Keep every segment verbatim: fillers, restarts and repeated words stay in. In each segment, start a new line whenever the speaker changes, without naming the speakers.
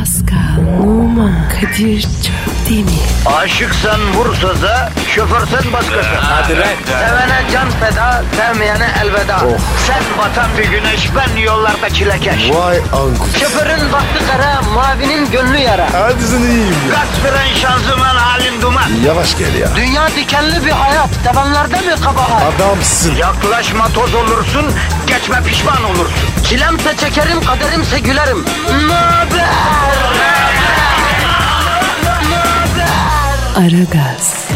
Pascal, Oman, Kadir çok değil mi?
Aşıksan vursa da, şoförsen başkasın.
Hadi lan.
Sevene can feda, sevmeyene elveda. Sen batan bir güneş, ben yollarda çilekeş.
Vay anku.
Şoförün baktı kara, mavinin gönlü yara.
Hadi sen iyiyim ya.
Kasperen şanzıman halin duman.
Yavaş gel ya.
Dünya dikenli bir hayat, sevenlerde mi kabahar?
Adamsın.
Yaklaşma toz olursun, geçme pişman olursun. Çilemse çekerim, kaderimse gülerim. Möber!
Aragaz.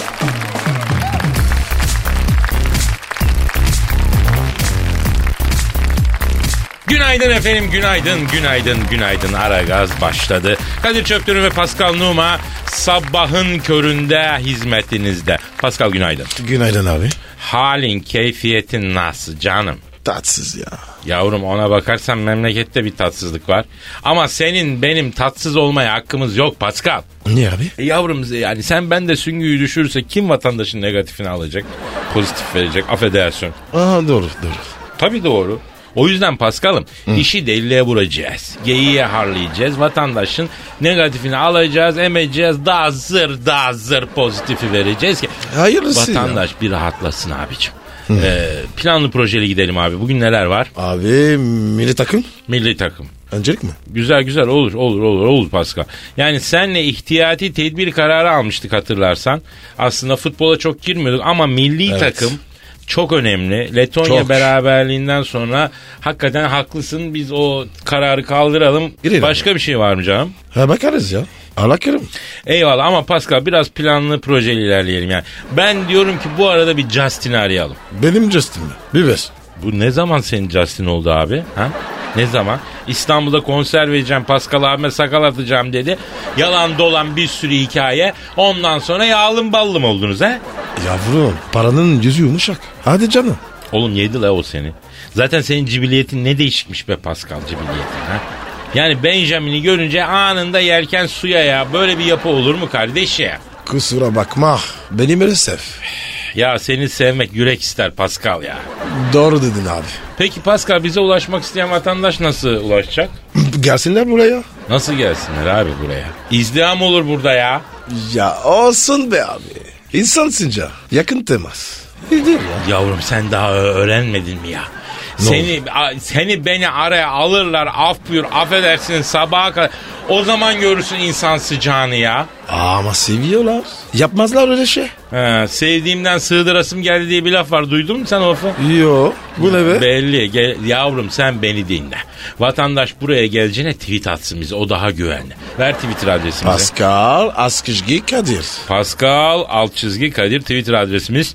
Günaydın efendim, günaydın, günaydın, günaydın. Aragaz başladı. Kadir Çöptürü ve Pascal Numa sabahın köründe hizmetinizde. Pascal günaydın.
Günaydın abi.
Halin, keyfiyetin nasıl canım?
Tatsız ya.
Yavrum ona bakarsan memlekette bir tatsızlık var. Ama senin benim tatsız olmaya hakkımız yok Pascal.
Niye abi?
E yavrum yani sen ben de süngüyü düşürürse kim vatandaşın negatifini alacak? Pozitif verecek, affedersin.
Aa doğru doğru.
Tabii doğru. O yüzden Paskal'ım işi deliliğe vuracağız. Geyiğe harlayacağız. Vatandaşın negatifini alacağız, emeceğiz. Daha zır daha zır pozitifi vereceğiz ki
Hayırlısı
vatandaş
ya.
bir rahatlasın abicim. Ee, planlı projeli gidelim abi. Bugün neler var?
Abi milli takım.
Milli takım.
Öncelik mi?
Güzel güzel olur olur olur olur Pascal. Yani senle ihtiyati tedbir kararı almıştık hatırlarsan. Aslında futbola çok girmiyorduk ama milli
Evet.
takım çok önemli. Letonya
Çok.
beraberliğinden sonra hakikaten haklısın. Biz o kararı kaldıralım.
Girelim
Başka bir şey var mı canım?
Ha bakarız ya. Allah kerim.
Eyvallah ama Pascal biraz planlı projeli ilerleyelim yani. Ben diyorum ki bu arada bir Justin'i arayalım.
Benim Justin mi? Bir ver.
Bu ne zaman senin Justin oldu abi? Ha? Ne zaman? İstanbul'da konser vereceğim, Pascal abime sakal atacağım dedi. Yalan dolan bir sürü hikaye. Ondan sonra yağlım ballım oldunuz ha?
Yavrum paranın yüzü yumuşak. Hadi canım.
Oğlum yedi la o seni. Zaten senin cibiliyetin ne değişikmiş be Pascal cibiliyetin ha? Yani Benjamin'i görünce anında yelken suya ya. Böyle bir yapı olur mu kardeş ya?
Kusura bakma. Benim öyle sev.
Ya seni sevmek yürek ister Pascal ya.
Doğru dedin abi.
Peki Pascal bize ulaşmak isteyen vatandaş nasıl ulaşacak?
Gelsinler buraya.
Nasıl gelsinler abi buraya? İzdiham olur burada ya.
Ya olsun be abi. İnsansınca yakın temas. İyidir ya.
Yavrum sen daha ö- öğrenmedin mi ya?
Ne
Seni a- seni beni araya alırlar, af buyur, affedersin sabaha kadar. O zaman görürsün insan sıcağını ya.
Ama seviyorlar. Yapmazlar öyle şey.
Ha, sevdiğimden sığdırasım geldi diye bir laf var. Duydun mu sen o lafı?
Yo. Bu ne be?
Belli. Gel, yavrum sen beni dinle. Vatandaş buraya geleceğine tweet atsın bize. O daha güvenli. Ver Twitter adresimizi.
Pascal Askışgi Kadir.
Pascal alt çizgi Kadir Twitter adresimiz.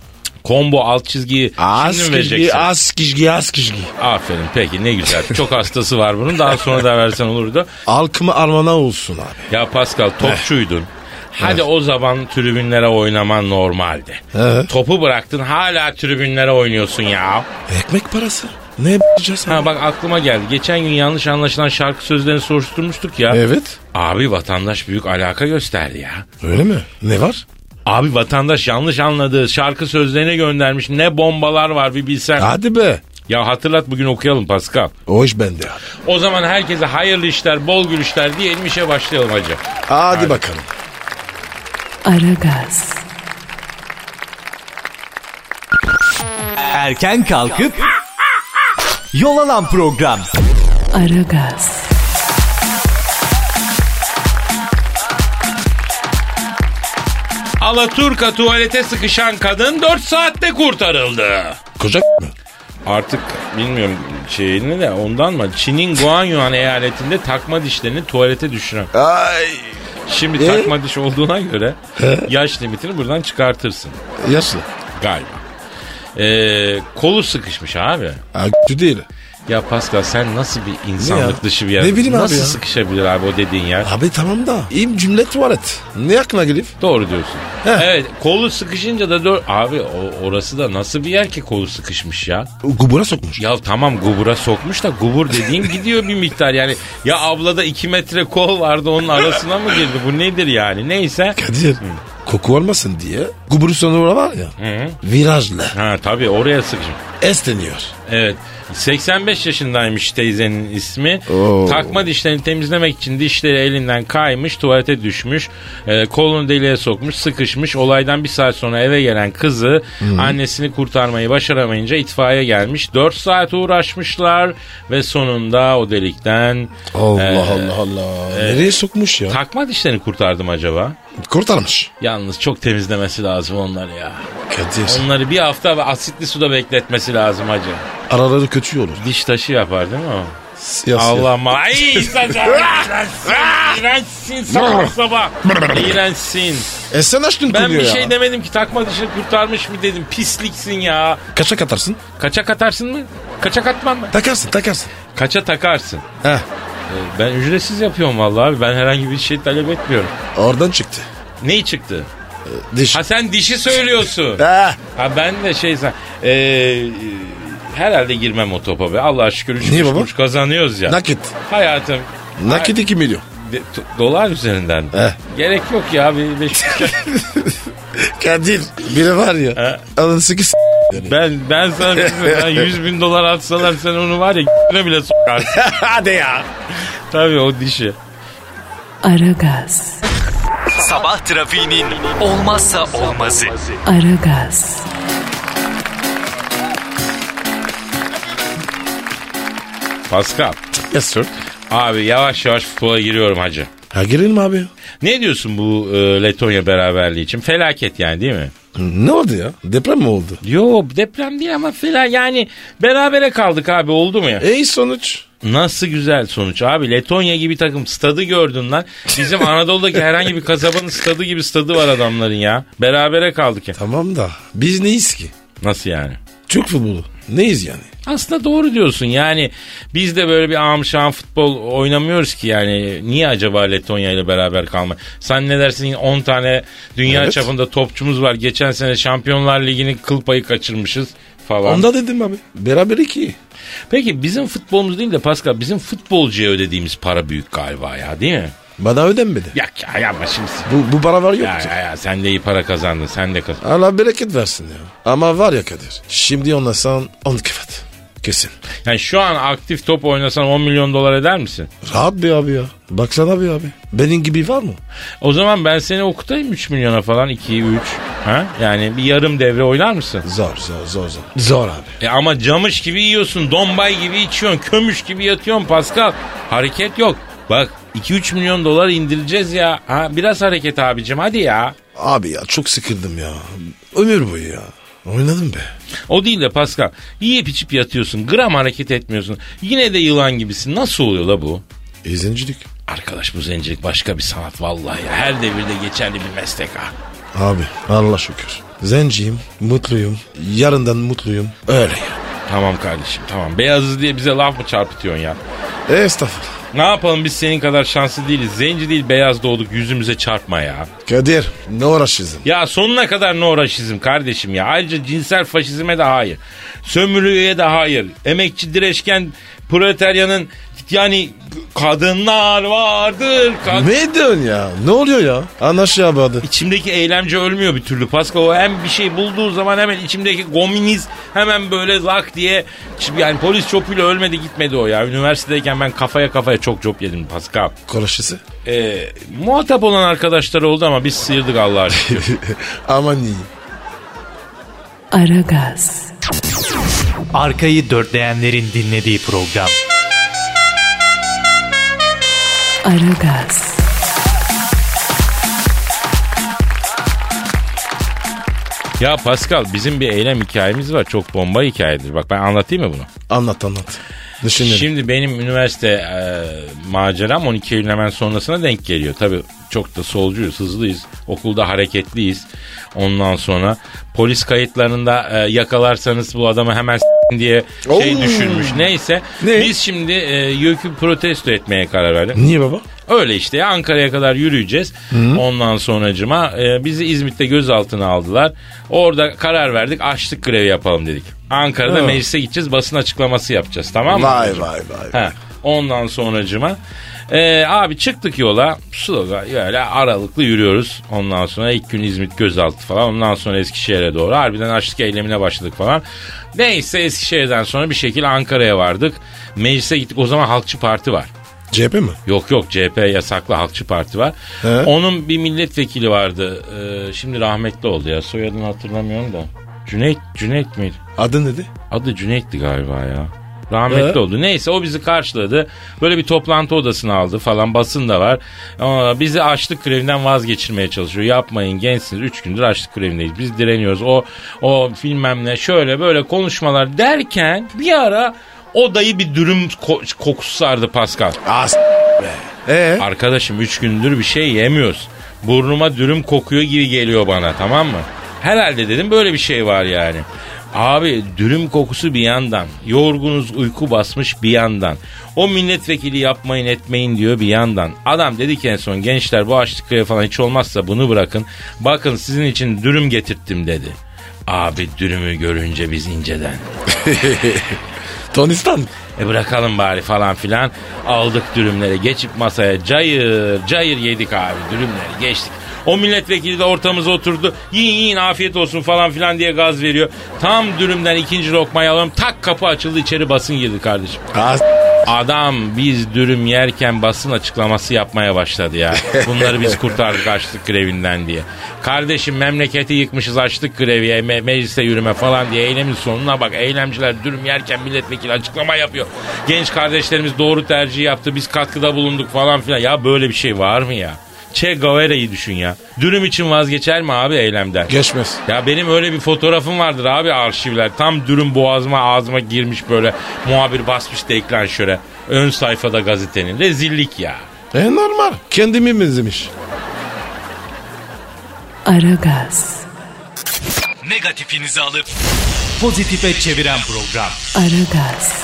Combo alt çizgiyi şimdi mi
Askışgi,
vereceksin?
Askışgi, Askışgi.
Aferin peki ne güzel. Çok hastası var bunun. Daha sonra da versen olurdu.
Halkıma armana olsun abi.
Ya Pascal topçuydun. Hadi o zaman tribünlere oynaman normaldi.
Evet.
Topu bıraktın hala tribünlere oynuyorsun ya.
Ekmek parası. Ne yapacağız abi?
Ha bak aklıma geldi. Geçen gün yanlış anlaşılan şarkı sözlerini soruşturmuştuk ya.
Evet.
Abi vatandaş büyük alaka gösterdi ya.
Öyle mi? Ne var?
Abi vatandaş yanlış anladığı şarkı sözlerini göndermiş. Ne bombalar var bir bilsen.
Hadi be.
Ya hatırlat bugün okuyalım Pascal.
O iş bende abi.
O zaman herkese hayırlı işler, bol gülüşler diyelim işe başlayalım hacı.
Hadi,
Hadi.
bakalım.
Aragaz.
Erken kalkıp yol alan program.
Aragaz.
Alaturka tuvalete sıkışan kadın dört saatte kurtarıldı.
Kocak mı?
Artık bilmiyorum şeyini de ondan mı? Çin'in Guanyuan eyaletinde takma dişlerini tuvalete düşüren.
Ay.
Şimdi
Ee?
takma diş olduğuna göre yaş limitini buradan çıkartırsın
Yaşlı.
galiba. Ee, kolu sıkışmış abi.
Ha, değil.
Ya Pascal sen nasıl bir
Ne
insanlık
ya?
dışı bir yer?
Ne bileyim abi
nasıl
ya?
sıkışabilir abi o dediğin yer?
Abi tamam da. İyiyim cümle tuvalet. Ne aklına gelip?
Doğru diyorsun.
Heh.
Evet kolu sıkışınca da dört... Abi o, orası da nasıl bir yer ki kolu sıkışmış ya?
Gubura sokmuş.
Ya tamam gubura sokmuş da gubur dediğin gidiyor bir miktar yani. Ya ablada iki metre kol vardı onun arasına mı girdi? Bu nedir yani? Neyse.
Kadir. Koku olmasın diye. Guburu sonra var ya.
Hı.
Virajlı.
Ha tabii oraya sıkışmış.
Es deniyor.
Evet. seksen beş yaşındaymış teyzenin ismi.
Oo.
Takma dişlerini temizlemek için dişleri elinden kaymış, tuvalete düşmüş. E, kolunu deliğe sokmuş, sıkışmış. Olaydan bir saat sonra eve gelen kızı hmm. annesini kurtarmayı başaramayınca itfaiye gelmiş. dört saat uğraşmışlar ve sonunda o delikten...
Allah
e,
Allah Allah.
E,
Nereye sokmuş ya?
Takma dişlerini kurtardım acaba?
Kurtarmış.
Yalnız çok temizlemesi lazım onları ya.
Kadir.
Onları bir hafta asitli suda bekletmesi lazım hacı.
Araları kötü olur.
Diş taşı yapar değil mi o?
Siyah
Allah'ım. Ay sen İğrençsin sabah sabah. İğrençsin.
E sen açtın
Ben
konuyu
bir
ya.
şey demedim ki, takma dişini kurtarmış mı dedim. Pisliksin ya.
Kaça atarsın?
Kaça atarsın mı? Kaça atmam mı?
Takarsın takarsın.
Kaça takarsın?
Heh.
Ee, ben ücretsiz yapıyorum vallahi abi. Ben herhangi bir şey talep etmiyorum.
Oradan çıktı.
Neyi çıktı?
Ee, diş.
Ha sen dişi söylüyorsun.
Heh.
Ha ben de şey sen... Ee, herhalde girmem o topa be. Allah'a şükür üç
Niye
kuruş
baba?
kuruş kazanıyoruz ya.
Nakit.
Hayatım.
Nakit iki milyon.
De, t- dolar üzerinden.
Heh.
Gerek yok ya. Bir, beş...
Kadir. Biri var ya.
He.
Alın sekiz.
ben ben sana bir şey söyleyeyim. yüz bin dolar atsalar sen onu var ya g***ne bile sokarsın.
Hadi ya.
Tabii o dişi.
Aragaz.
Sabah trafiğinin olmazsa olmazı.
Aragaz.
Pascal.
Yes sir.
Abi yavaş yavaş futbola giriyorum hacı.
Ha girelim abi.
Ne diyorsun bu e, Letonya beraberliği için? Felaket yani değil mi?
Ne oldu ya? Deprem mi oldu?
Yo deprem değil ama falan yani berabere kaldık abi, oldu mu ya?
E sonuç.
Nasıl güzel sonuç abi. Letonya gibi takım, stadı gördün lan. Bizim Anadolu'daki herhangi bir kasabanın stadı gibi stadı var adamların ya. Berabere kaldık ya.
Tamam da biz neyiz ki?
Nasıl yani?
Türk futbolu. Neyiz yani?
Aslında doğru diyorsun yani, biz de böyle bir amşan futbol oynamıyoruz ki yani, niye acaba Letonya ile beraber kalma? Sen ne dersin, on tane dünya
Evet.
çapında topçumuz var, geçen sene Şampiyonlar Ligi'nin kıl payı kaçırmışız falan.
Onda dedim abi. Beraber iki.
Peki bizim futbolumuz değil de Pascal, bizim futbolcuya ödediğimiz para büyük galiba ya, değil mi?
Bana ödenmedi.
Ya ya yapma şimdi.
Bu, bu para var yok.
Ya, ya ya sen de iyi para kazandın, sen de kazandın.
Allah bereket versin ya. Ama var ya Kadir. Şimdi onlasan on kefet. Kesin.
Yani şu an aktif top oynasan on milyon dolar eder misin?
Rahat bir abi ya. Baksana bir abi. Benim gibi var mı?
O zaman ben seni okutayım üç milyona falan, iki üç. Ha? Yani bir yarım devre oynar mısın?
Zor zor zor zor. Zor abi.
E ama camış gibi yiyorsun, dombay gibi içiyorsun, kömüş gibi yatıyorsun Pascal. Hareket yok. Bak iki üç milyon dolar indireceğiz ya. Ha, biraz hareket abicim hadi ya.
Abi ya çok sıkıldım ya. Ömür boyu ya. Oynadım be.
O değil de Pascal, yiyip içip yatıyorsun, gram hareket etmiyorsun. Yine de yılan gibisin. Nasıl oluyor la bu?
E, zencilik.
Arkadaş bu zencilik başka bir sanat vallahi ya. Her devirde geçerli bir meslek ha.
Abi Allah şükür. Zenciyim, mutluyum. Yarından mutluyum. Öyle ya.
Tamam kardeşim tamam. Beyazız diye bize laf mı çarpıtıyorsun ya?
E, estağfurullah.
Ne yapalım, biz senin kadar şanslı değiliz. Zenci değil beyaz doğduk, yüzümüze çarpma ya.
Kadir ne uğraşıyorsun?
Ya sonuna kadar no raşizm kardeşim ya. Ayrıca cinsel faşizme de hayır. Sömürüye de hayır. Emekçi direşken proletaryanın yani kadınlar vardır. Kad-
Ne diyorsun ya? Ne oluyor ya? Anlaş ya adı.
İçimdeki eylemci ölmüyor bir türlü Pascal. O hem bir şey bulduğu zaman hemen içimdeki komünist hemen böyle lak diye, yani polis çopuyla ölmedi gitmedi o ya. Üniversitedeyken ben kafaya kafaya çok cop yedim Pascal.
Konuşusu.
Ee, muhatap olan arkadaşlar oldu ama biz sıyırdık Allah'a şükür.
Aman iyi.
Aragaz.
Arkayı dörtleyenlerin dinlediği program.
Aragaz.
Ya Pascal, bizim bir eylem hikayemiz var. Çok bomba hikayedir. Bak ben anlatayım mı bunu?
Anlat anlat. Düşünelim.
Şimdi benim üniversite e, maceram on iki Eylül hemen sonrasına denk geliyor. Tabii çok da solcuyuz, hızlıyız. Okulda hareketliyiz. Ondan sonra polis kayıtlarında e, yakalarsanız bu adamı hemen s**in diye şey
Oo.
düşürmüş. Neyse
Ne?
biz şimdi e, YÖK'ü protesto etmeye karar verdik.
Niye baba?
Öyle işte ya, Ankara'ya kadar yürüyeceğiz. Hı. Ondan sonracıma e, bizi İzmit'te gözaltına aldılar. Orada karar verdik, açlık grevi yapalım dedik. Ankara'da
Hı.
meclise gideceğiz, basın açıklaması yapacağız, tamam mı?
Vay vay vay.
Ha. Ondan sonracıma Ee, abi çıktık yola. Sloga böyle aralıklı yürüyoruz. Ondan sonra ilk gün İzmit gözaltı falan. Ondan sonra Eskişehir'e doğru. Harbiden açlık eylemine başladık falan. Neyse Eskişehir'den sonra bir şekilde Ankara'ya vardık. Meclise gittik. O zaman Halkçı Parti var.
C H P mi?
Yok yok C H P yasaklı, Halkçı Parti var.
He?
Onun bir milletvekili vardı. Ee, şimdi rahmetli oldu ya. Soyadını hatırlamıyorum da. Cüneyt, Cüneyt miydi?
Adı nedir?
Adı Cüneyt'ti galiba ya. Rahmetli
He?
oldu. Neyse o bizi karşıladı. Böyle bir toplantı odasına aldı falan. Basın da var. Ama bizi açlık grevinden vazgeçirmeye çalışıyor. Yapmayın gençsiniz. Üç gündür açlık grevindeyiz. Biz direniyoruz. O o bilmem ne şöyle böyle konuşmalar derken bir ara odayı bir dürüm ko- kokusu sardı Pascal.
As be. Ee?
Arkadaşım üç gündür bir şey yemiyoruz. Burnuma dürüm kokuyor gibi geliyor bana, tamam mı? Herhalde dedim böyle bir şey var yani. Abi dürüm kokusu bir yandan, yorgunuz uyku basmış bir yandan. O milletvekili yapmayın etmeyin diyor bir yandan. Adam dedi ki en son gençler bu açlık grevi falan hiç olmazsa bunu bırakın. Bakın sizin için dürüm getirttim dedi. Abi dürümü görünce biz inceden.
Tonistan.
E bırakalım bari falan filan. Aldık dürümleri geçip masaya cayır cayır yedik abi dürümleri geçtik. O milletvekili de ortamıza oturdu. Yiyin yiyin afiyet olsun falan filan diye gaz veriyor. Tam dürümden ikinci lokmayı alalım. Tak kapı açıldı içeri basın girdi kardeşim.
As
Adam biz dürüm yerken basın açıklaması yapmaya başladı ya. Bunları biz kurtardık açlık grevinden diye. Kardeşim memleketi yıkmışız açlık greviye me- meclise yürüme falan diye eylemin sonuna bak. Eylemciler dürüm yerken milletvekili açıklama yapıyor. Genç kardeşlerimiz doğru tercih yaptı. Biz katkıda bulunduk falan filan. Ya böyle bir şey var mı ya? Che Guevara'yı düşün ya. Dürüm için vazgeçer mi abi eylemden?
Geçmez.
Ya benim öyle bir fotoğrafım vardır abi arşivler. Tam dürüm boğazıma ağzıma girmiş böyle. Muhabir basmış deklanşöre. Ön sayfada gazetenin. Rezillik ya.
E normal. Kendimi benzemiş.
Aragaz,
Negatifinizi alıp pozitife çeviren program.
Aragaz,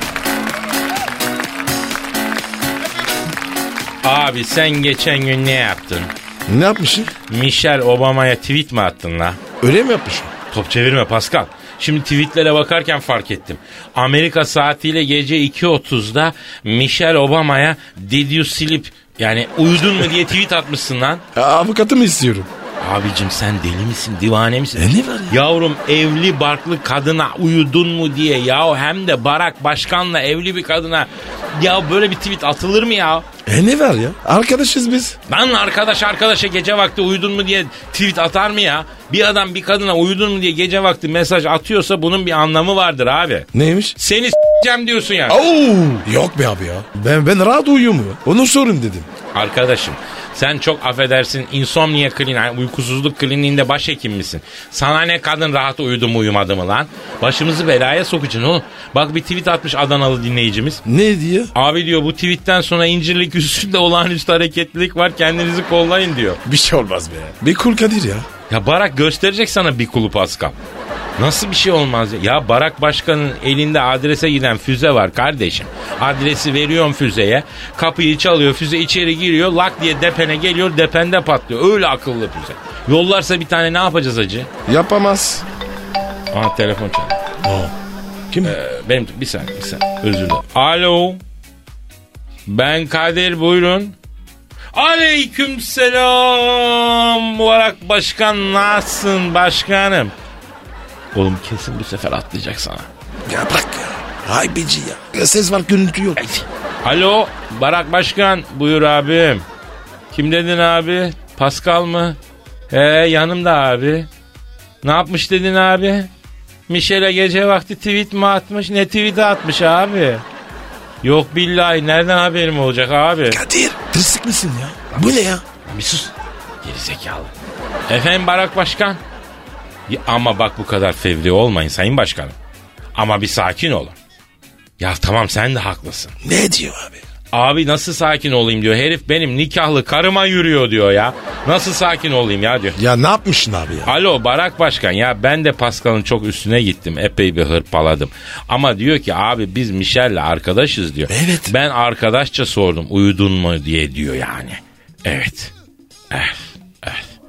Abi sen geçen gün ne yaptın?
Ne yapmışsın?
Michelle Obama'ya tweet mi attın la?
Öyle mi yapmışsın?
Top çevirme Pascal. Şimdi tweetlere bakarken fark ettim. Amerika saatiyle gece iki otuzda Michelle Obama'ya did you sleep yani uyudun mu diye tweet atmışsın lan.
Ya, avukatımı istiyorum.
Abicim sen deli misin, divane misin?
E ne var ya?
Yavrum evli barklı kadına uyudun mu diye ya hem de Barak Başkan'la evli bir kadına ya böyle bir tweet atılır mı ya?
E ne var ya? Arkadaşız biz.
Lan arkadaş arkadaşa gece vakti uyudun mu diye tweet atar mı ya? Bir adam bir kadına uyudun mu diye gece vakti mesaj atıyorsa bunun bir anlamı vardır abi.
Neymiş?
Seni s**eceğim diyorsun yani.
Oo, yok be abi ya. Ben ben rahat uyuyor mu? Onu sorun dedim.
Arkadaşım sen çok affedersin insomnia kliniği, yani uykusuzluk kliniğinde başhekim misin? Sana ne kadın rahat uyudu mu uyumadı mı lan? Başımızı belaya sokacaksın oğlum. Bak bir tweet atmış Adanalı dinleyicimiz.
Ne diyor?
Abi diyor bu tweetten sonra İncirlik üstünde olağanüstü hareketlilik var kendinizi kollayın diyor.
Bir şey olmaz be. Bir kul Kadir ya.
Ya Barak gösterecek sana bir kulu Pascal. Nasıl bir şey olmaz ya? Ya Barak Başkan'ın elinde adrese giden füze var kardeşim. Adresi veriyorum füzeye. Kapıyı çalıyor, füze içeri giriyor. Lak diye depene geliyor, depende patlıyor. Öyle akıllı füze. Yollarsa bir tane ne yapacağız hacı?
Yapamaz.
Aa telefon çalıyor.
Aa. Kim?
Ee, benim bir saniye, bir saniye. Özür dilerim. Alo. Ben Kadir, buyurun. Aleyküm selam. Barak Başkan nasılsın başkanım? Oğlum kesin bu sefer atlayacak sana.
Ya bırak ya. Ay beci ya. ya. Ses var görüntü yok.
Alo Barak Başkan buyur abim. Kim dedin abi? Pascal mı? He yanımda abi. Ne yapmış dedin abi? Michel'e gece vakti tweet mi atmış? Ne tweet atmış abi? Yok billahi nereden haberim olacak abi?
Kadir tırsık mısın ya? Bu ne ya?
Bir sus. Gerizekalı. Efendim Barak Başkan. Ya ama bak bu kadar fevri olmayın sayın başkanım. Ama bir sakin olun. Ya tamam sen de haklısın.
Ne diyor abi?
Abi nasıl sakin olayım diyor. Herif benim nikahlı karıma yürüyor diyor ya. Nasıl sakin olayım ya diyor.
Ya ne yapmışsın abi ya?
Alo Barak Başkan ya ben de Pascal'ın çok üstüne gittim. Epey bir hırpaladım. Ama diyor ki abi biz Michel'le arkadaşız diyor.
Evet.
Ben arkadaşça sordum uyudun mu diye diyor yani. Evet. Evet. Evet.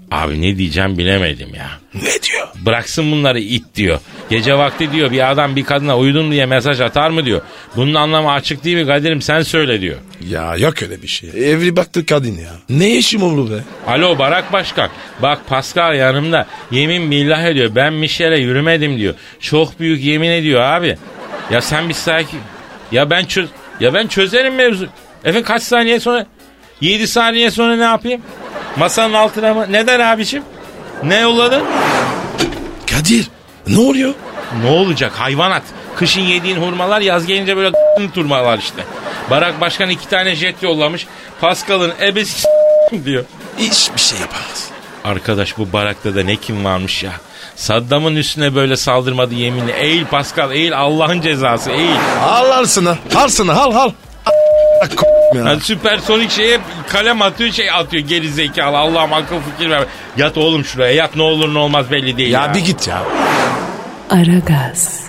Abi ne diyeceğim bilemedim ya.
Ne diyor?
Bıraksın bunları it diyor. Gece vakti diyor bir adam bir kadına uyudun diye mesaj atar mı diyor. Bunun anlamı açık değil mi Kadir'im sen söyle diyor.
Ya yok öyle bir şey. Evli baktı kadın ya. Ne işim olur be?
Alo Barak Başkan. Bak Pascal yanımda. Yemin billah ediyor. Ben Michel'e yürümedim diyor. Çok büyük yemin ediyor abi. Ya sen bir sakin. Ya ben çöz... Ya ben çözerim mevzu. Efendim kaç saniye sonra? yedi saniye sonra ne yapayım? Masanın altına mı? Neden abiciğim? Ne yolladın?
Kadir ne oluyor?
Ne olacak hayvanat? Kışın yediğin hurmalar yaz gelince böyle turmalar işte. Barak Başkan iki tane jet yollamış. Pascal'ın ebesi diyor.
Hiçbir şey yapamaz.
Arkadaş bu barakta da ne kim varmış ya. Saddam'ın üstüne böyle saldırmadı yeminle. Eğil Pascal eğil Allah'ın cezası eğil.
Al al sana. Al sana al al.
Yani süpersonik şeye kalem atıyor şey atıyor geri zekalı. Allah'ım akıl fikir ver. Yat oğlum şuraya yat ne olur ne olmaz belli değil ya.
Ya bir git ya.
Aragaz,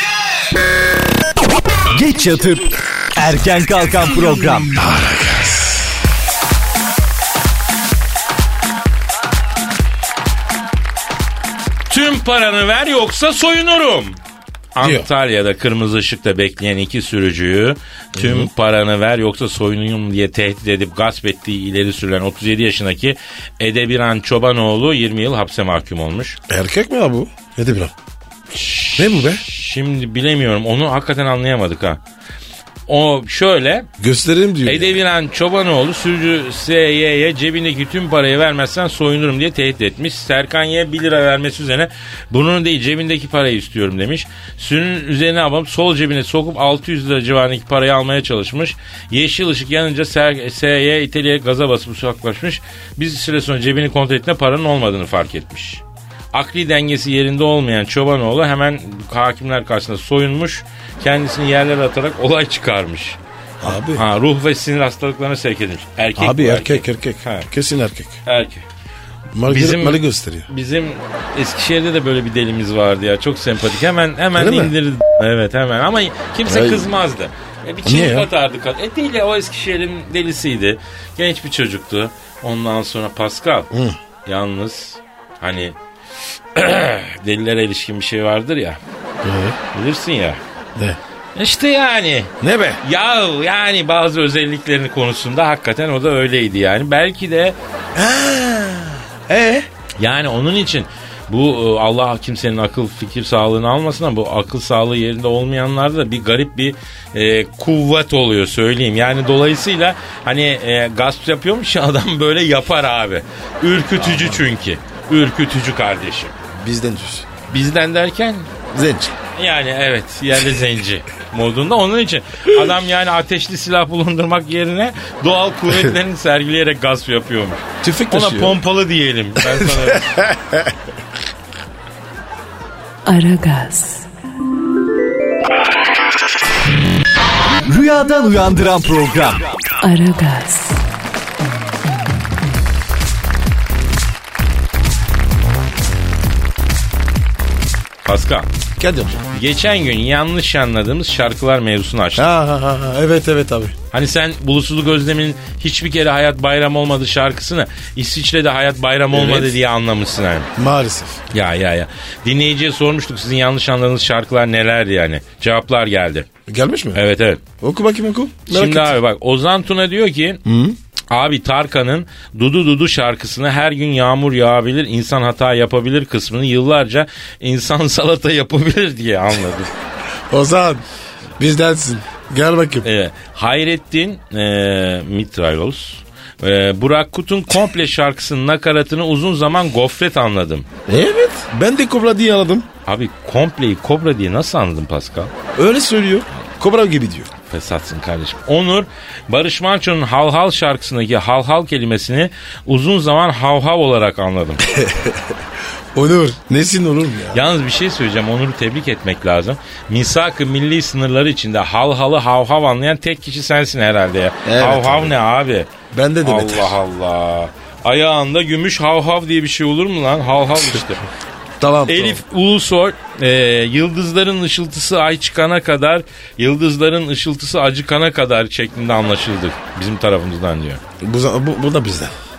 Geç yatıp erken kalkan program.
Tüm paranı ver yoksa soyunurum.
Diyor.
Antalya'da kırmızı ışıkta bekleyen iki sürücüyü tüm Hı-hı. paranı ver yoksa soyunuyum diye tehdit edip gasp ettiği ileri sürülen otuz yedi yaşındaki Edebiran Çobanoğlu yirmi yıl hapse mahkum olmuş.
Erkek mi ya bu? Edebiran. Ne bu be?
Şimdi bilemiyorum onu hakikaten anlayamadık ha. O şöyle.
Gösterelim diyor.
Edebiran Çobanoğlu sürücü S Y'ye cebindeki tüm parayı vermezsen soyunurum diye tehdit etmiş. Serkan Y bir lira vermesi üzerine bunun değil cebindeki parayı istiyorum demiş. Sürünün üzerine alıp sol cebine sokup altı yüz lira civarındaki parayı almaya çalışmış. Yeşil ışık yanınca S Y İtalya'ya gaza basıp uzaklaşmış. Bir süre sonra cebini kontrol ettiğinde paranın olmadığını fark etmiş. Akli dengesi yerinde olmayan Çobanoğlu hemen hakimler karşısında soyunmuş. Kendisini yerlere atarak olay çıkarmış.
Abi.
Ha, ruh ve sinir hastalıklarına sevk edilmiş. Erkek
Abi
bu,
erkek erkek.
Ha.
Kesin erkek.
Erkek.
Malı,
Bizim,
malı gösteriyor.
Bizim Eskişehir'de de böyle bir delimiz vardı ya. Çok sempatik. Hemen hemen
Öyle
indirdi. Mi? Evet hemen. Ama kimse
Ay.
kızmazdı. E, bir çift atardı. E değil ya o Eskişehir'in delisiydi. Genç bir çocuktu. Ondan sonra Pascal.
Hı.
Yalnız hani delilere ilişkin bir şey vardır ya.
Ne?
Bilirsin ya.
Ne?
İşte yani.
Ne be?
Ya yani bazı özelliklerini konusunda hakikaten o da öyleydi yani. Belki de
Ee?
yani onun için bu Allah kimsenin akıl fikir sağlığını almasın ama bu akıl sağlığı yerinde olmayanlarda da bir garip bir e, kuvvet oluyor söyleyeyim. Yani dolayısıyla hani e, gasp yapıyormuş ya adam böyle yapar abi. Ürkütücü çünkü. Ürkütücü kardeşim.
Bizden düz.
Bizden derken?
Zenci.
Yani evet yerli zenci modunda. Onun için adam yani ateşli silah bulundurmak yerine doğal kuvvetlerini sergileyerek gasp yapıyormuş.
Tüfek
Ona
taşıyor.
pompalı diyelim. Ben sana...
Aragaz,
Rüyadan uyandıran program.
Aragaz,
Pascal.
Kadir.
Geçen gün yanlış anladığımız şarkılar mevzusunu açtık.
Ha, ha, ha. Evet evet abi.
Hani sen Bulutsuzluk Özlemi'nin hiçbir kere hayat bayram olmadı şarkısını İsviçre'de hayat bayram olmadı
Evet.
diye anlamışsın yani.
Maalesef.
Ya ya ya. Dinleyiciye sormuştuk sizin yanlış anladığınız şarkılar nelerdi yani. Cevaplar geldi.
Gelmiş mi?
Evet evet.
Oku bakayım oku. Merak
Şimdi
et.
abi bak Ozan Tuna diyor ki
Hı?
abi Tarkan'ın Dudu Dudu şarkısını her gün yağmur yağabilir, insan hata yapabilir kısmını yıllarca insan salata yapabilir diye anladım.
Ozan bizdensin. Gel bakayım.
ee, Hayrettin e, Mitrailos e, Burak Kut'un komple şarkısının nakaratını uzun zaman gofret anladım.
Evet. Ben de Kobra diye anladım.
Abi kompleyi kobra diye nasıl anladın Pascal?
Öyle söylüyor. Kobra gibi diyor.
Fesatsın kardeşim. Onur, Barış Manço'nun Hal Hal şarkısındaki hal hal kelimesini uzun zaman hav hav olarak anladım.
Onur. Nesin olur mu ya?
Yalnız bir şey söyleyeceğim. Onur'u tebrik etmek lazım. Misak-ı milli sınırları içinde hal halı hav hav anlayan tek kişi sensin herhalde ya.
Evet,
hav hav
abi.
ne abi?
Bende de
Allah
beter.
Allah. Ayağında gümüş hav hav diye bir şey olur mu lan? Hav hav işte.
Tamam.
Elif Ulusoy e, yıldızların ışıltısı ay çıkana kadar, yıldızların ışıltısı acıkana kadar şeklinde anlaşıldı bizim tarafımızdan diyor.
Bu, bu, bu da bizden.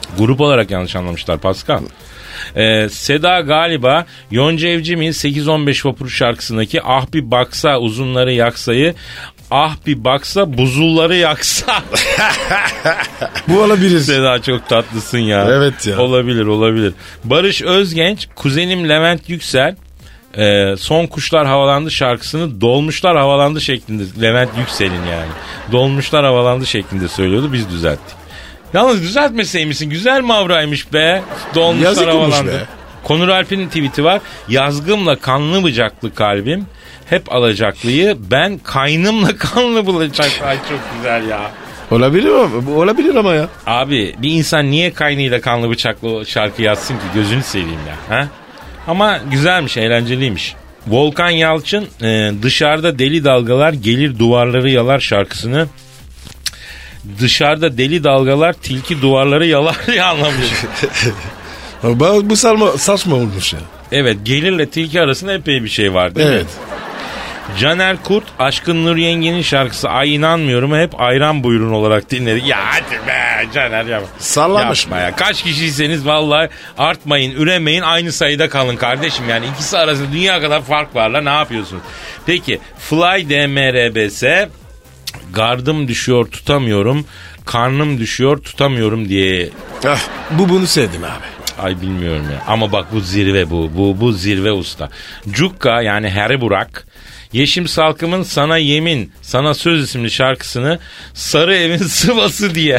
Grup olarak yanlış anlamışlar Pascal. Ee, Seda galiba Yonca Evcimik'in sekiz on beş Vapur şarkısındaki ah bir baksa uzunları yaksayı, ah bir baksa buzulları yaksa.
Bu olabilir.
Seda çok tatlısın ya.
Evet ya.
Olabilir olabilir. Barış Özgenç, kuzenim Levent Yüksel e, Son Kuşlar Havalandı şarkısını dolmuşlar havalandı şeklinde, Levent Yüksel'in yani. Dolmuşlar havalandı şeklinde söylüyordu, biz düzelttik. Yalnız düzeltmeseymişsin, güzel mavraymış be. Dolmuşlar
Yazık olmuş
havalandı.
be.
Konur Alp'in tweet'i var. Yazgımla kanlı bıçaklı kalbim hep alacaklıyı, ben kaynımla kanlı bıçaklı. Ay çok güzel ya.
Olabilir ama, olabilir ama ya.
Abi bir insan niye kaynıyla kanlı bıçaklı şarkı yazsın ki, gözünü seveyim ya. Ha? Ama güzelmiş, eğlenceliymiş. Volkan Yalçın e, dışarıda deli dalgalar gelir duvarları yalar şarkısını dışarıda deli dalgalar tilki duvarları yalar diye anlamış.
Bu salma, saçma olmuş ya.
Evet, gelirle tilki arasında epey bir şey var değil
evet.
mi? Caner Kurt, Aşkın Nur Yenge'nin şarkısı Ay inanmıyorum hep ayran buyurun olarak dinledik. Ya hadi be Caner yapma.
Sallamış
yapma
mı?
Ya. Kaç kişiyseniz vallahi artmayın, üremeyin, aynı sayıda kalın kardeşim. Yani ikisi arasında dünya kadar fark var la, ne yapıyorsunuz? Peki Fly D M R B S, gardım düşüyor tutamıyorum, karnım düşüyor tutamıyorum diye.
Ah, bu bunu sevdim abi.
Ay bilmiyorum ya. Ama bak bu zirve bu. Bu bu zirve usta. Cukka yani Harry Burak, Yeşim Salkım'ın Sana Yemin, Sana Söz isimli şarkısını Sarı Evin Sıvası diye.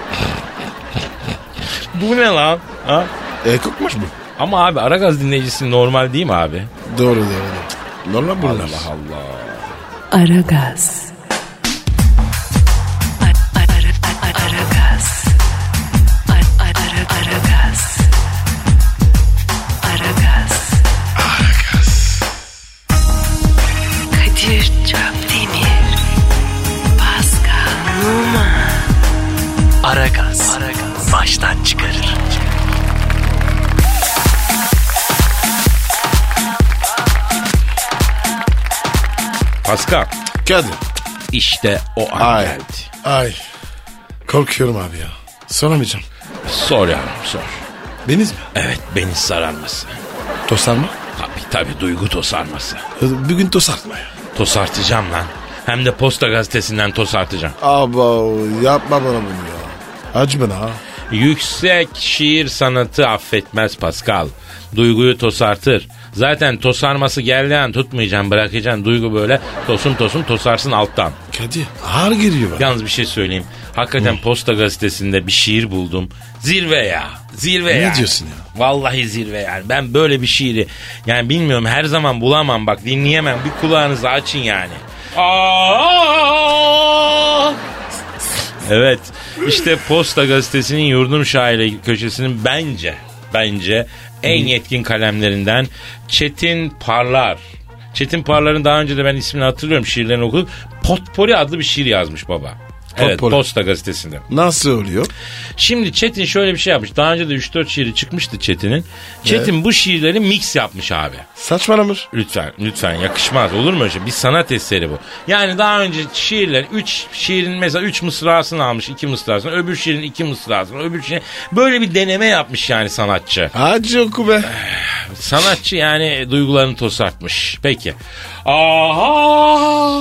Bu ne lan? Ha?
E kokmuş bu.
Ama abi Aragaz dinleyicisi normal değil mi abi?
Doğru doğru. doğru. Normal bunlar.
Allah Allah.
Aragaz. Aragaz. Aragaz. Aragaz.
Aragaz.
Kadir Çöpdemir. Pascal Numa.
Aragaz. Baştan çıkarır.
Pascal.
Kadir.
İşte o an
Ay.
geldi.
Ay. Korkuyorum abi ya. Soramayacağım.
Sor yavrum sor.
Deniz mi?
Evet, beni sararması.
Tosarma?
Tabii tabii, duygu tosarması.
Bugün tosartma ya.
Tosartacağım lan. Hem de Posta Gazetesi'nden tosartacağım.
Aba yapma bana bunu ya. Acı bana ha.
Yüksek şiir sanatı affetmez Pascal. Duyguyu tosartır. Zaten tosarması geldiği an tutmayacaksın, bırakacaksın. Duygu böyle tosun tosun tosarsın alttan.
Kadir ağır giriyor bana.
Yalnız bir şey söyleyeyim. Hakikaten Posta Gazetesi'nde bir şiir buldum. Zirve ya. Zirve
Ne
yani.
diyorsun ya?
Vallahi zirve yani. Ben böyle bir şiiri yani bilmiyorum, her zaman bulamam, bak dinleyemem. Bir kulağınızı açın yani. Aa! Evet. İşte Posta Gazetesi'nin Yurdum Şairi köşesinin bence bence en yetkin kalemlerinden Çetin Parlar. Çetin Parlar'ın daha önce de ben ismini hatırlıyorum, şiirlerini okudum. Potpori adlı bir şiir yazmış baba. Evet,
Potpori.
Posta Gazetesi'nde.
Nasıl oluyor?
Şimdi Çetin şöyle bir şey yapmış. Daha önce de üç dört şiiri çıkmıştı Çetin'in. Çetin bu şiirleri mix yapmış abi.
Saçmalamış.
Lütfen lütfen yakışmaz, olur mu öyle şey? Bir sanat eseri bu. Yani daha önce şiirler üç şiirin mesela üç mısrasını almış, iki mısrasını, öbür şiirin iki mısrasını, öbür şiirin böyle bir deneme yapmış yani sanatçı.
Acı oku be.
Sanatçı yani duygularını tosartmış. Peki. Aha!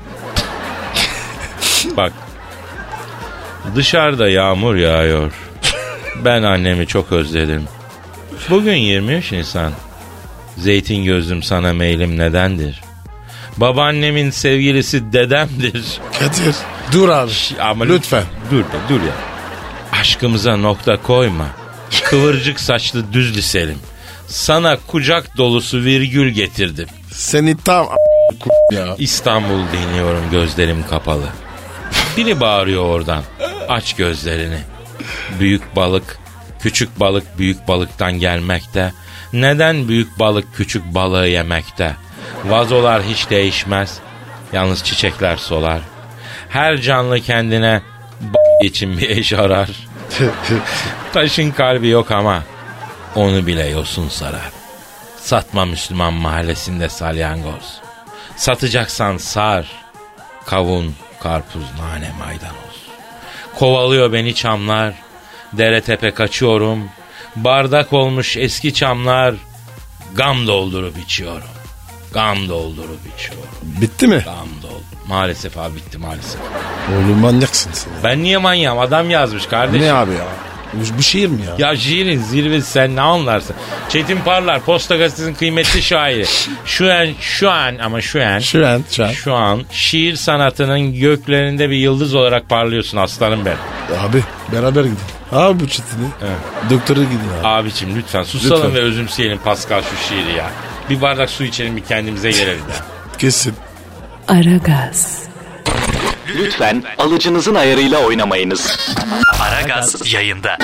Bak. Dışarıda yağmur yağıyor. Ben annemi çok özledim. Bugün yirmi üç Nisan. Zeytin gözlüm sana meylim nedendir? Babaannemin sevgilisi dedemdir.
Kadir dur abi.
Ama
lütfen.
Dur da dur ya. Aşkımıza nokta koyma. Kıvırcık saçlı düz liselim. Sana kucak dolusu virgül getirdim.
Seni tam ya.
İstanbul dinliyorum gözlerim kapalı. Biri bağırıyor oradan. Aç gözlerini. Büyük balık, küçük balık büyük balıktan gelmekte. Neden büyük balık küçük balığı yemekte? Vazolar hiç değişmez. Yalnız çiçekler solar. Her canlı kendine b- için bir eş arar. Taşın kalbi yok ama onu bile yosun sarar. Satma Müslüman mahallesinde salyangoz. Satacaksan sar. Kavun, karpuz, nane, maydanoz. Kovalıyor beni çamlar. Dere tepe kaçıyorum. Bardak olmuş eski çamlar. Gam doldurup içiyorum. Gam doldurup içiyorum.
Bitti mi?
Gam doldu. Maalesef abi bitti maalesef.
Oğlum manyaksın sen.
Ben niye manyağım? Adam yazmış kardeşim.
Ne abi ya? Bu, bu şiir mi ya?
Ya şiirin zirvesi sen ne anlarsın? Çetin Parlar Posta Gazetesi'nin kıymetli şairi. Şu an şu an ama şu an
Şu an, şu an.
şu an şiir sanatının göklerinde bir yıldız olarak parlıyorsun aslanım ben.
Abi beraber gidelim. Abi bu Çetin'i.
Evet.
Doktora gidin abi.
Abicim lütfen susalım
Lütfen.
ve özümseyelim Pascal şu şiiri ya. Bir bardak su içelim bir kendimize gelelim ya.
Kesin.
Aragaz,
Lütfen alıcınızın ayarıyla oynamayınız. Aragaz yayında.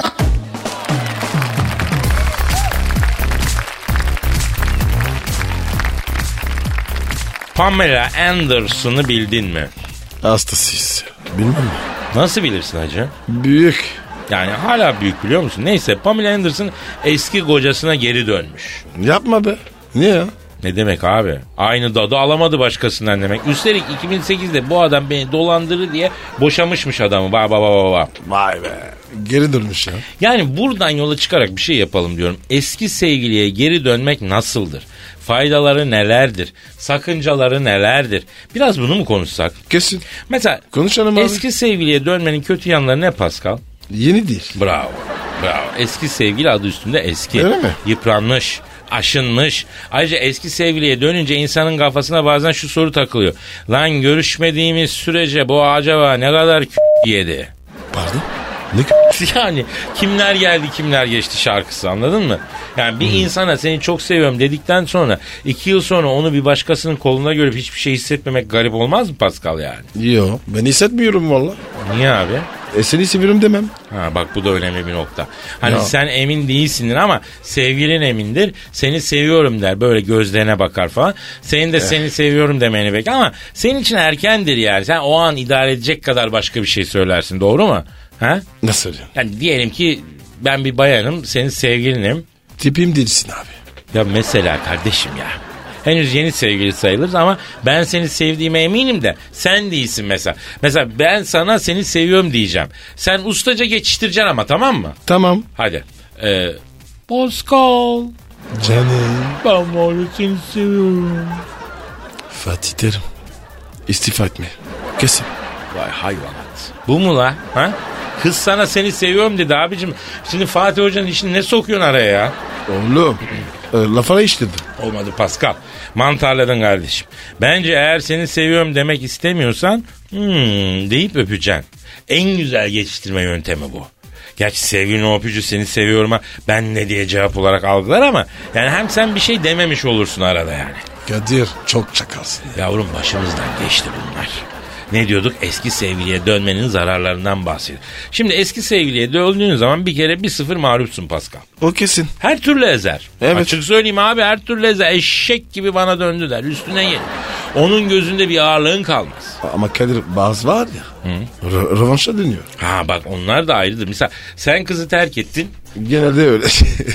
Pamela Anderson'ı bildin mi?
Hastasıyız. Bilmem mi?
Nasıl bilirsin hacı?
Büyük.
Yani hala büyük biliyor musun? Neyse Pamela Anderson eski kocasına geri dönmüş.
Yapma be. Niye ya?
Ne demek abi? Aynı dadı alamadı başkasından demek. Üstelik iki bin sekizde bu adam beni dolandırır diye boşamışmış adamı. Ba ba ba ba ba.
Vay be. Geri dönmüş ya.
Yani buradan yola çıkarak bir şey yapalım diyorum. Eski sevgiliye geri dönmek nasıldır? Faydaları nelerdir? Sakıncaları nelerdir? Biraz bunu mu konuşsak?
Kesin.
Mesela
Konuşalım abi.
eski sevgiliye dönmenin kötü yanları ne Pascal?
Yeni değil.
Bravo. Bravo. Eski sevgili adı üstünde eski.
Öyle mi?
Yıpranmış, aşınmış. Ayrıca eski sevgiliye dönünce insanın kafasına bazen şu soru takılıyor. Lan görüşmediğimiz sürece bu acaba ne kadar k- yedi?
Pardon? Ne k-
Yani kimler geldi kimler geçti şarkısı anladın mı? Yani bir insana seni çok seviyorum dedikten sonra iki yıl sonra onu bir başkasının koluna görüp hiçbir şey hissetmemek garip olmaz mı Pascal yani?
Yo ben hissetmiyorum valla.
Niye abi?
E seni seviyorum demem.
Ha bak bu da önemli bir nokta. Hani
Ya.
sen emin değilsindir ama sevgilin emindir. Seni seviyorum der böyle gözlerine bakar falan. Senin de seni seviyorum demeni bekler ama senin için erkendir yani. Sen o an idare edecek kadar başka bir şey söylersin doğru mu? Ha?
Nasıl yani?
Yani diyelim ki ben bir bayanım senin sevgilinim.
Tipim değilsin abi.
Ya mesela kardeşim ya. Henüz yeni sevgili sayılırız ama ben seni sevdiğime eminim de sen değilsin mesela. Mesela ben sana seni seviyorum diyeceğim. Sen ustaca geçiştireceksin ama tamam mı?
Tamam.
Hadi. Ee, Pascal.
Canım.
Ben var ya seni seviyorum.
Fatih Terim. İstifa etme. Kesin.
Vay hayvanat. Bu mu la? Ha? Kız sana seni seviyorum dedi abicim. Şimdi Fatih Hoca'nın işini ne sokuyorsun araya ya?
Oğlum. e, lafara işledim.
Olmadı Pascal. Mantarladın kardeşim. Bence eğer seni seviyorum demek istemiyorsan hmm, deyip öpeceksin. En güzel geçiştirme yöntemi bu. Gerçi sevgilinin o öpücü seni seviyorum ha ben ne diye cevap olarak algılar ama yani hem sen bir şey dememiş olursun arada yani.
Kadir çok çakalsın.
Yavrum başımızdan geçti bunlar. Ne diyorduk? Eski sevgiliye dönmenin zararlarından bahsediyor. Şimdi eski sevgiliye döndüğün zaman bir kere bir sıfır mağlupsun Pascal.
O kesin.
Her türlü ezer.
Evet.
Açık söyleyeyim abi her türlü ezer. Eşek gibi bana döndüler. Üstüne gelir. Onun gözünde bir ağırlığın kalmaz.
Ama Kadir bazı var ya. Re- rövanşa dönüyor.
Ha bak onlar da ayrıdır. Mesela sen kızı terk ettin.
Genelde öyle.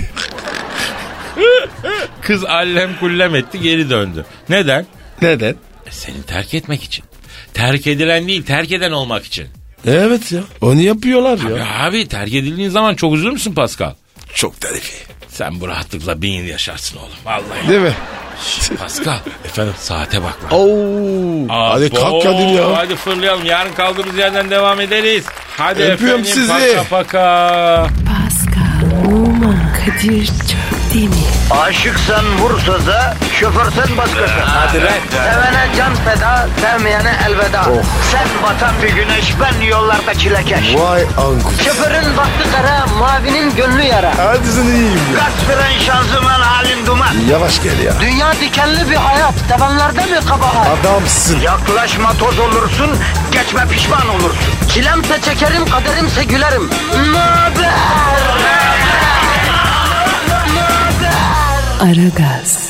Kız allem kullem etti geri döndü. Neden?
Neden?
E, seni terk etmek için. Terk edilen değil terk eden olmak için.
Evet ya. Onu yapıyorlar ya.
Ya abi terk edildiğin zaman çok üzülür müsün Pascal?
Çok tarifi.
Sen bu rahatlıkla bin yıl yaşarsın oğlum. Vallahi.
Değil mi?
Pascal.
Efendim?
Saate bak lan.
Oo. Hadi kalk Kadir ya.
Hadi fırlayalım. Yarın kaldığımız yerden devam ederiz. Hadi
Öpüyorum
efendim.
sizi.
Paka paka.
Pascal, Oman, Kadir çok değil mi?
Aşıksan vursa da, şoförsen başkasın.
Hadi lan.
Sevene can feda, sevmeyene elveda. Sen batan bir güneş, ben yollarda çilekeş.
Vay anku.
Şoförün baktı kara, mavinin gönlü yara.
Hadi sen iyiyim ya.
Kasperen şanzıman halin duman.
Yavaş gel ya.
Dünya dikenli bir hayat, sevenlerde mi kabahar?
Adamsın.
Yaklaşma toz olursun, geçme pişman olursun. Çilemse çekerim, kaderimse gülerim. Möber!
Aragaz.